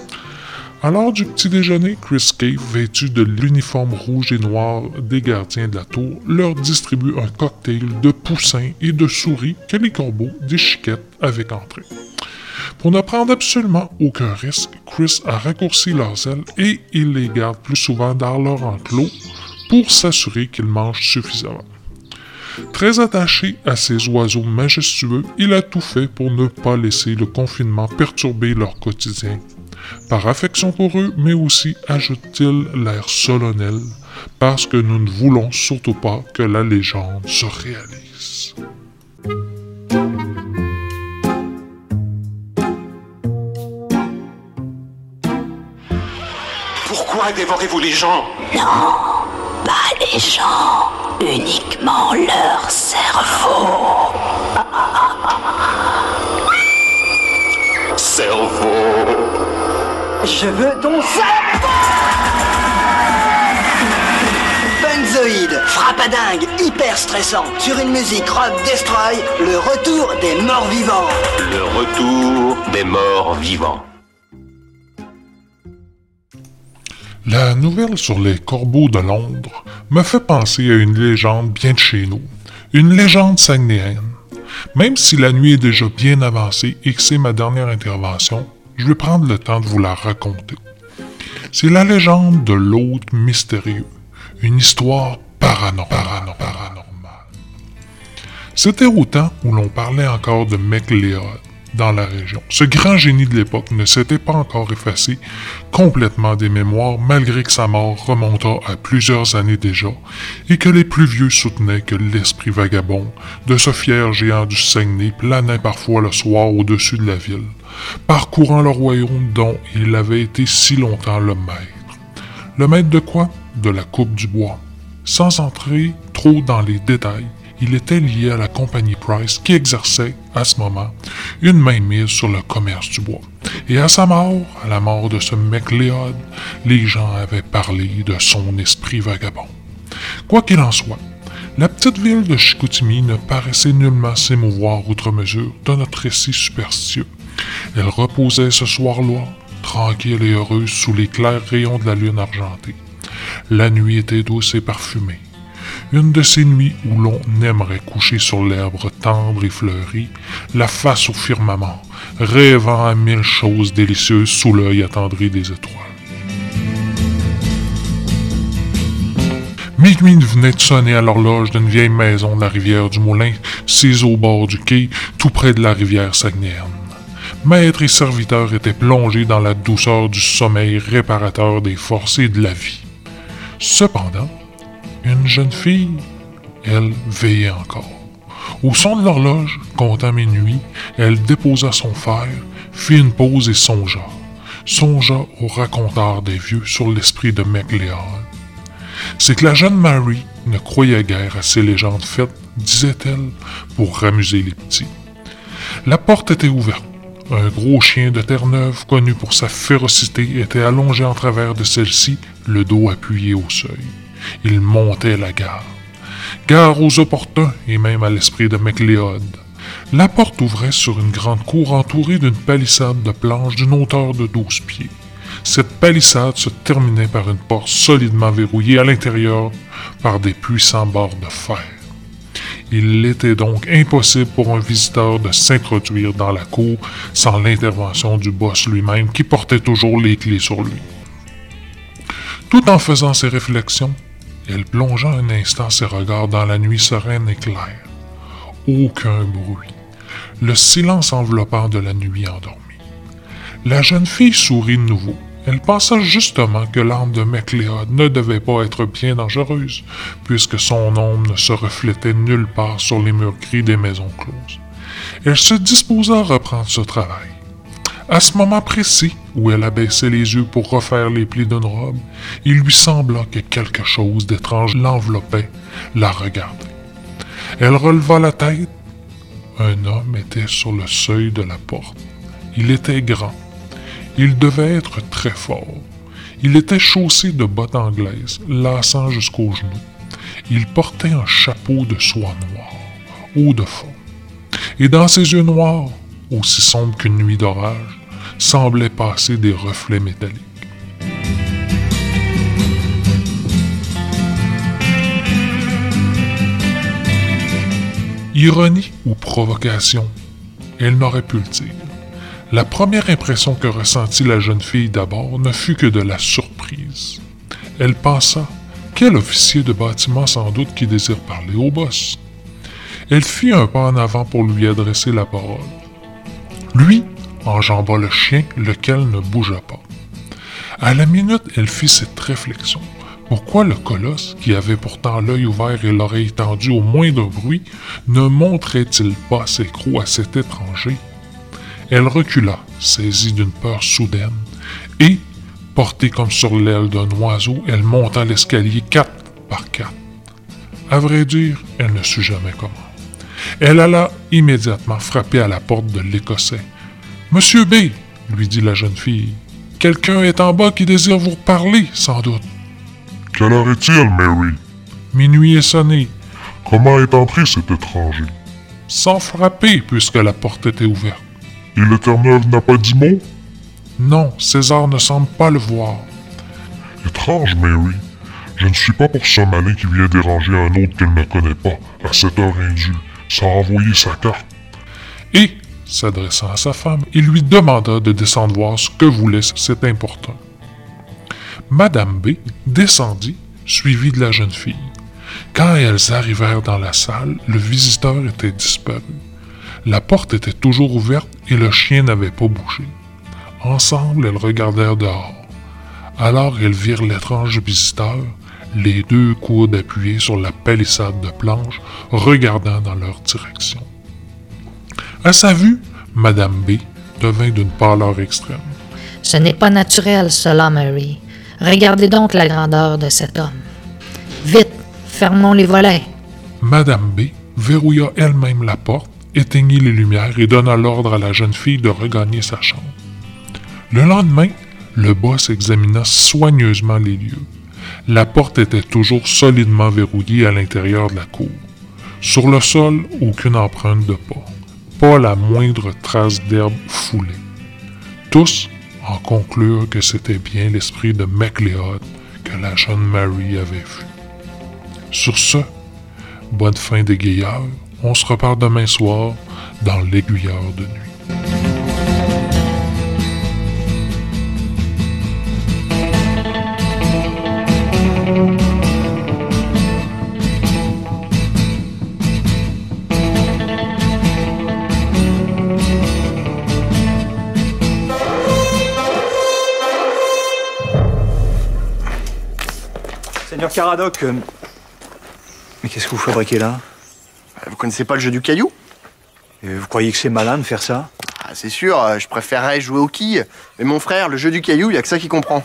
À l'heure du petit déjeuner, Chris Scaife, vêtu de l'uniforme rouge et noir des gardiens de la tour, leur distribue un cocktail de poussins et de souris que les corbeaux déchiquettent avec entrain. Pour ne prendre absolument aucun risque, Chris a raccourci leurs ailes et il les garde plus souvent dans leur enclos pour s'assurer qu'ils mangent suffisamment. Très attaché à ces oiseaux majestueux, il a tout fait pour ne pas laisser le confinement perturber leur quotidien. Par affection pour eux, mais aussi, ajoute-t-il l'air solennel, parce que nous ne voulons surtout pas que la légende se réalise. Pourquoi dévorez-vous les gens? Non, pas les gens, uniquement leur cerveau. Cerveau. Je veux ton cerveau! Benzoïde, frappadingue, hyper stressant, sur une musique rock destroy, le retour des morts vivants. Le retour des morts vivants. La nouvelle sur les corbeaux de Londres me fait penser à une légende bien de chez nous, une légende saguenayenne. Même si la nuit est déjà bien avancée et que c'est ma dernière intervention, je vais prendre le temps de vous la raconter. C'est la légende de l'hôte mystérieux, une histoire parano- parano- paranormale. C'était au temps où l'on parlait encore de MacLeod dans la région. Ce grand génie de l'époque ne s'était pas encore effacé complètement des mémoires malgré que sa mort remonta à plusieurs années déjà et que les plus vieux soutenaient que l'esprit vagabond de ce fier géant du Saguenay planait parfois le soir au-dessus de la ville, parcourant le royaume dont il avait été si longtemps le maître. Le maître de quoi? De la coupe du bois. Sans entrer trop dans les détails, il était lié à la compagnie Price qui exerçait, à ce moment, une mainmise sur le commerce du bois. Et à sa mort, à la mort de ce MacLeod, les gens avaient parlé de son esprit vagabond. Quoi qu'il en soit, la petite ville de Chicoutimi ne paraissait nullement s'émouvoir outre mesure de notre récit superstitieux. Elle reposait ce soir-là, tranquille et heureuse sous les clairs rayons de la lune argentée. La nuit était douce et parfumée. Une de ces nuits où l'on aimerait coucher sur l'herbe tendre et fleurie, la face au firmament, rêvant à mille choses délicieuses sous l'œil attendri des étoiles. Minuit venait de sonner à l'horloge d'une vieille maison de la rivière du Moulin, sise au bord du quai, tout près de la rivière saguenayenne. Maître et serviteur étaient plongés dans la douceur du sommeil réparateur des forces et de la vie. Cependant, une jeune fille, elle, veillait encore. Au son de l'horloge, comptant minuit, elle déposa son fer, fit une pause et songea. Songea au raconteur des vieux sur l'esprit de MacLeod. C'est que la jeune Mary ne croyait guère à ces légendes faites, disait-elle, pour ramuser les petits. La porte était ouverte. Un gros chien de Terre-Neuve, connu pour sa férocité, était allongé en travers de celle-ci, le dos appuyé au seuil. Il montait la garde. Gare aux opportuns et même à l'esprit de MacLeod. La porte ouvrait sur une grande cour entourée d'une palissade de planches d'une hauteur de douze pieds. Cette palissade se terminait par une porte solidement verrouillée à l'intérieur par des puissants bords de fer. Il était donc impossible pour un visiteur de s'introduire dans la cour sans l'intervention du boss lui-même qui portait toujours les clés sur lui. Tout en faisant ses réflexions, elle plongea un instant ses regards dans la nuit sereine et claire. Aucun bruit. Le silence enveloppant de la nuit endormie. La jeune fille sourit de nouveau. Elle pensa justement que l'âme de MacLeod ne devait pas être bien dangereuse, puisque son ombre ne se reflétait nulle part sur les murs gris des maisons closes. Elle se disposa à reprendre ce travail. À ce moment précis, où elle abaissait les yeux pour refaire les plis d'une robe, il lui sembla que quelque chose d'étrange l'enveloppait, la regardait. Elle releva la tête. Un homme était sur le seuil de la porte. Il était grand. Il devait être très fort. Il était chaussé de bottes anglaises, lassant jusqu'aux genoux. Il portait un chapeau de soie noire, haut de fond. Et dans ses yeux noirs, aussi sombres qu'une nuit d'orage, semblaient passer des reflets métalliques. Ironie ou provocation, elle n'aurait pu le dire. La première impression que ressentit la jeune fille d'abord ne fut que de la surprise. Elle pensa, quel officier de bâtiment sans doute qui désire parler au boss. Elle fit un pas en avant pour lui adresser la parole. Lui enjamba le chien, lequel ne bougea pas. À la minute, elle fit cette réflexion. Pourquoi le colosse, qui avait pourtant l'œil ouvert et l'oreille tendue au moindre bruit, ne montrait-il pas ses crocs à cet étranger? Elle recula, saisie d'une peur soudaine, et, portée comme sur l'aile d'un oiseau, elle monta l'escalier quatre par quatre. À vrai dire, elle ne sut jamais comment. Elle alla immédiatement frapper à la porte de l'Écossais. « Monsieur B, » lui dit la jeune fille, « quelqu'un est en bas qui désire vous parler, sans doute. » « Quelle heure est-il, Mary? »« Minuit est sonné. »« Comment est entré cet étranger? »« Sans frapper, puisque la porte était ouverte. »« Et le Terre-Neuve n'a pas dit mot? »« Non, César ne semble pas le voir. »« Étrange, Mary. Je ne suis pas pour ce malin qui vient déranger un autre qu'elle ne connaît pas, à cette heure indue, sans envoyer sa carte. » Et, s'adressant à sa femme, il lui demanda de descendre voir ce que voulait cet importun. Madame B descendit, suivie de la jeune fille. Quand elles arrivèrent dans la salle, le visiteur était disparu. La porte était toujours ouverte et le chien n'avait pas bougé. Ensemble, elles regardèrent dehors. Alors elles virent l'étrange visiteur, les deux coudes appuyés sur la palissade de planches, regardant dans leur direction. À sa vue, Madame B devint d'une pâleur extrême. « Ce n'est pas naturel, cela, Mary. Regardez donc la grandeur de cet homme. Vite, fermons les volets. » Madame B verrouilla elle-même la porte, éteignit les lumières et donna l'ordre à la jeune fille de regagner sa chambre. Le lendemain, le boss examina soigneusement les lieux. La porte était toujours solidement verrouillée à l'intérieur de la cour. Sur le sol, aucune empreinte de pas. Pas la moindre trace d'herbe foulée. Tous en conclurent que c'était bien l'esprit de MacLeod que la jeune Mary avait vu. Sur ce, bonne fin des gaillards, on se reparle demain soir dans l'Aiguilleur de nuit. Seigneur Caradoc, euh... mais qu'est-ce que vous fabriquez là? Vous connaissez pas le jeu du caillou? Et vous croyez que c'est malin de faire ça? Ah, c'est sûr, euh, je préférerais jouer aux quilles. Mais mon frère, le jeu du caillou, il y a que ça qu'il comprend.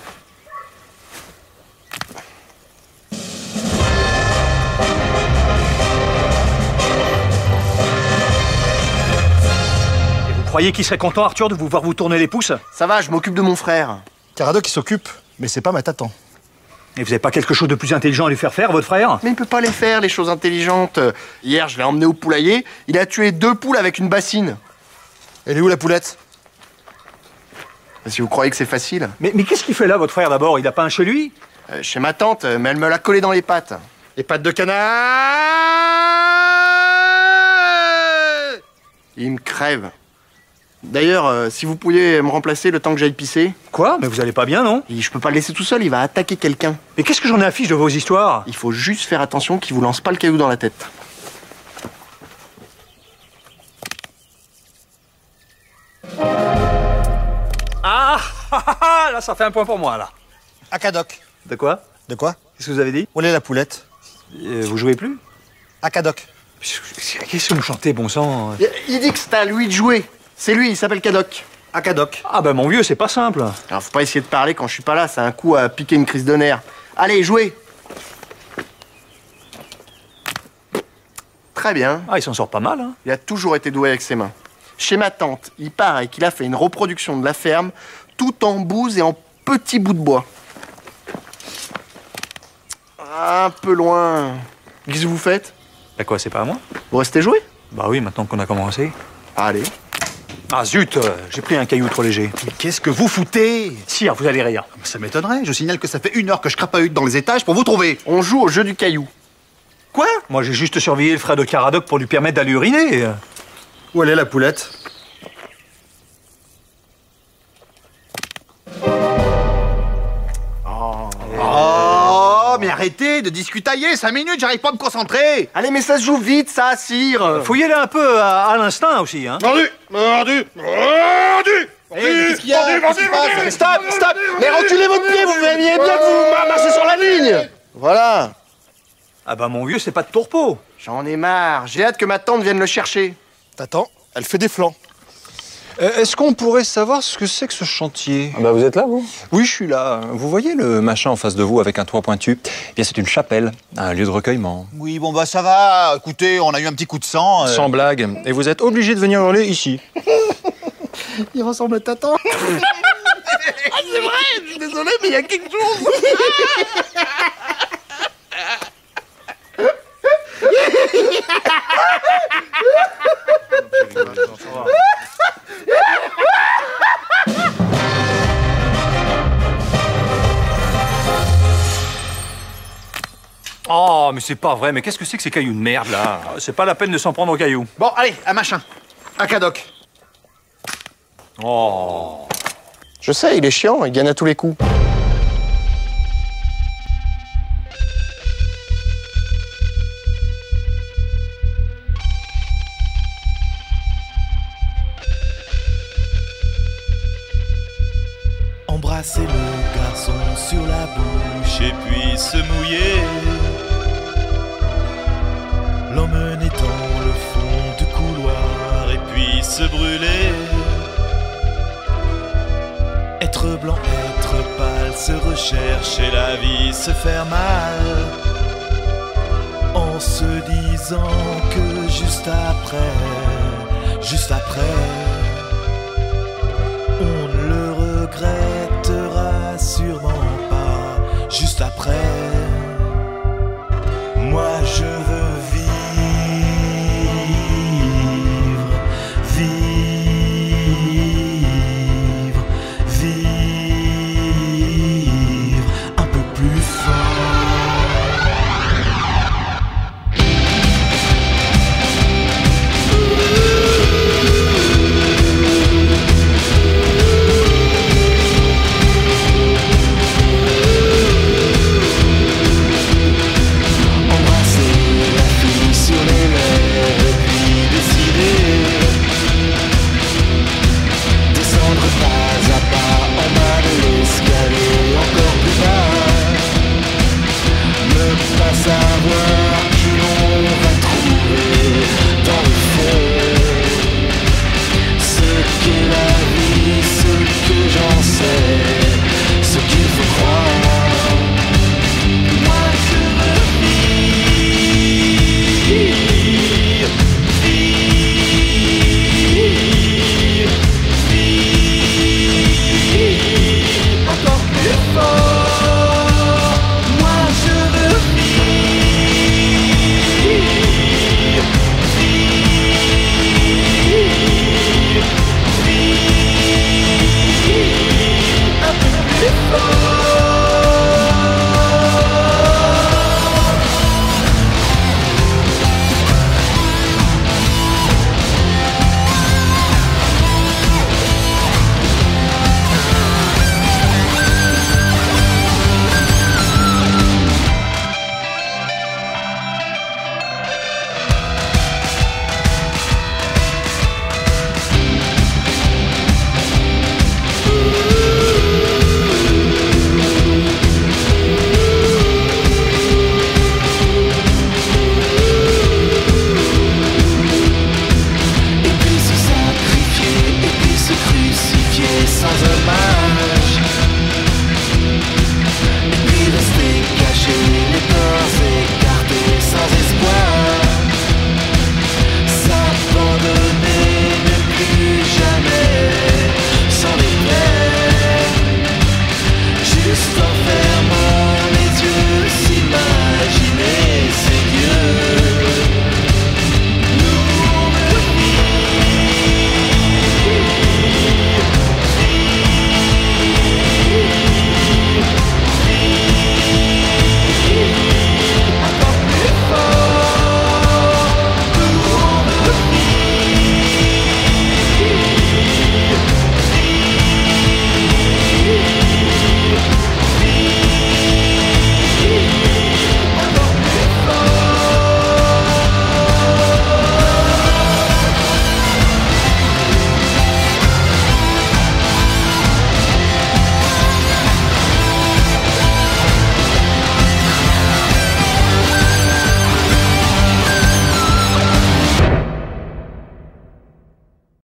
Et vous croyez qu'il serait content, Arthur, de vous voir vous tourner les pouces? Ça va, je m'occupe de mon frère. Caradoc, il s'occupe, mais c'est pas ma tâton. Et vous n'avez pas quelque chose de plus intelligent à lui faire faire, votre frère? Mais il peut pas les faire, les choses intelligentes. Hier, je l'ai emmené au poulailler, il a tué deux poules avec une bassine. Elle est où, la poulette? Si vous croyez que c'est facile. Mais, mais qu'est-ce qu'il fait là, votre frère, d'abord? Il a pas un chez lui? euh, Chez ma tante, mais elle me l'a collé dans les pattes. Les pattes de canard? Il me crève. D'ailleurs, euh, si vous pouviez me remplacer le temps que j'aille pisser. Quoi? Mais vous allez pas bien, non? Et je peux pas le laisser tout seul, il va attaquer quelqu'un. Mais qu'est-ce que j'en ai à fiche de vos histoires? Il faut juste faire attention qu'il vous lance pas le caillou dans la tête. Ah, ah, ah, là, ça fait un point pour moi, là. À Cadoc. De quoi? De quoi? Qu'est-ce que vous avez dit? Où est la poulette? euh, Vous jouez plus? À Cadoc. Qu'est-ce que vous chantez, bon sang? Il, il dit que c'est à lui de jouer. C'est lui, il s'appelle Cadoc. À Cadoc. Ah ben mon vieux, c'est pas simple. Alors faut pas essayer de parler quand je suis pas là, c'est un coup à piquer une crise de nerfs. Allez, jouez. Très bien. Ah, il s'en sort pas mal, hein. Il a toujours été doué avec ses mains. Chez ma tante, il paraît qu'il a fait une reproduction de la ferme, tout en bouse et en petits bouts de bois. Un peu loin. Qu'est-ce que vous faites? Bah quoi, c'est pas à moi? Vous restez jouer? Bah oui, maintenant qu'on a commencé. Allez. Ah zut, euh, j'ai pris un caillou trop léger. Mais qu'est-ce que vous foutez? Sire, vous allez rire. Ça m'étonnerait, je signale que ça fait une heure que je crapahute dans les étages pour vous trouver. On joue au jeu du caillou. Quoi? Moi, j'ai juste surveillé le frère de Caradoc pour lui permettre d'aller uriner. Où elle est, la poulette? arrêtez de discutailler, cinq minutes, j'arrive pas à me concentrer. Allez, mais ça se joue vite, ça, sire. Fouillez-le un peu à, à l'instinct aussi, hein. Mordu, mordu, mordu. Eh, mais qu'est-ce qu'il y a? Qu'est-ce qui se passe? Stop, stop. Mais reculez votre pied, vous verriez bien que vous marchez sur la ligne. Voilà. Ah bah mon vieux, c'est pas de tourpeau. J'en ai marre, j'ai hâte que ma tante vienne le chercher. T'attends, elle fait des flancs. Euh, Est-ce qu'on pourrait savoir ce que c'est que ce chantier? Ah bah vous êtes là, vous? Oui, je suis là. Vous voyez le machin en face de vous avec un toit pointu? Eh bien, c'est une chapelle, un lieu de recueillement. Oui, bon bah ça va. Écoutez, on a eu un petit coup de sang. euh. Sans blague. Et vous êtes obligé de venir hurler ici. Il ressemble à ta tante. Ah, c'est vrai, je suis désolé, mais il y a quelque chose. Oh, mais c'est pas vrai, mais qu'est-ce que c'est que ces cailloux de merde, là? C'est pas la peine de s'en prendre aux cailloux. Bon, allez, un machin. Un cadoc. Oh. Je sais, il est chiant, il gagne à tous les coups. Embrasser le garçon sur la bouche et puis se mouiller, l'emmener dans le fond du couloir et puis se brûler, être blanc, être pâle, se rechercher la vie, se faire mal, en se disant que juste après, juste après, on ne le regrettera sûrement pas. Juste après, moi je veux vivre, vivre, vivre un peu plus fort. Savoir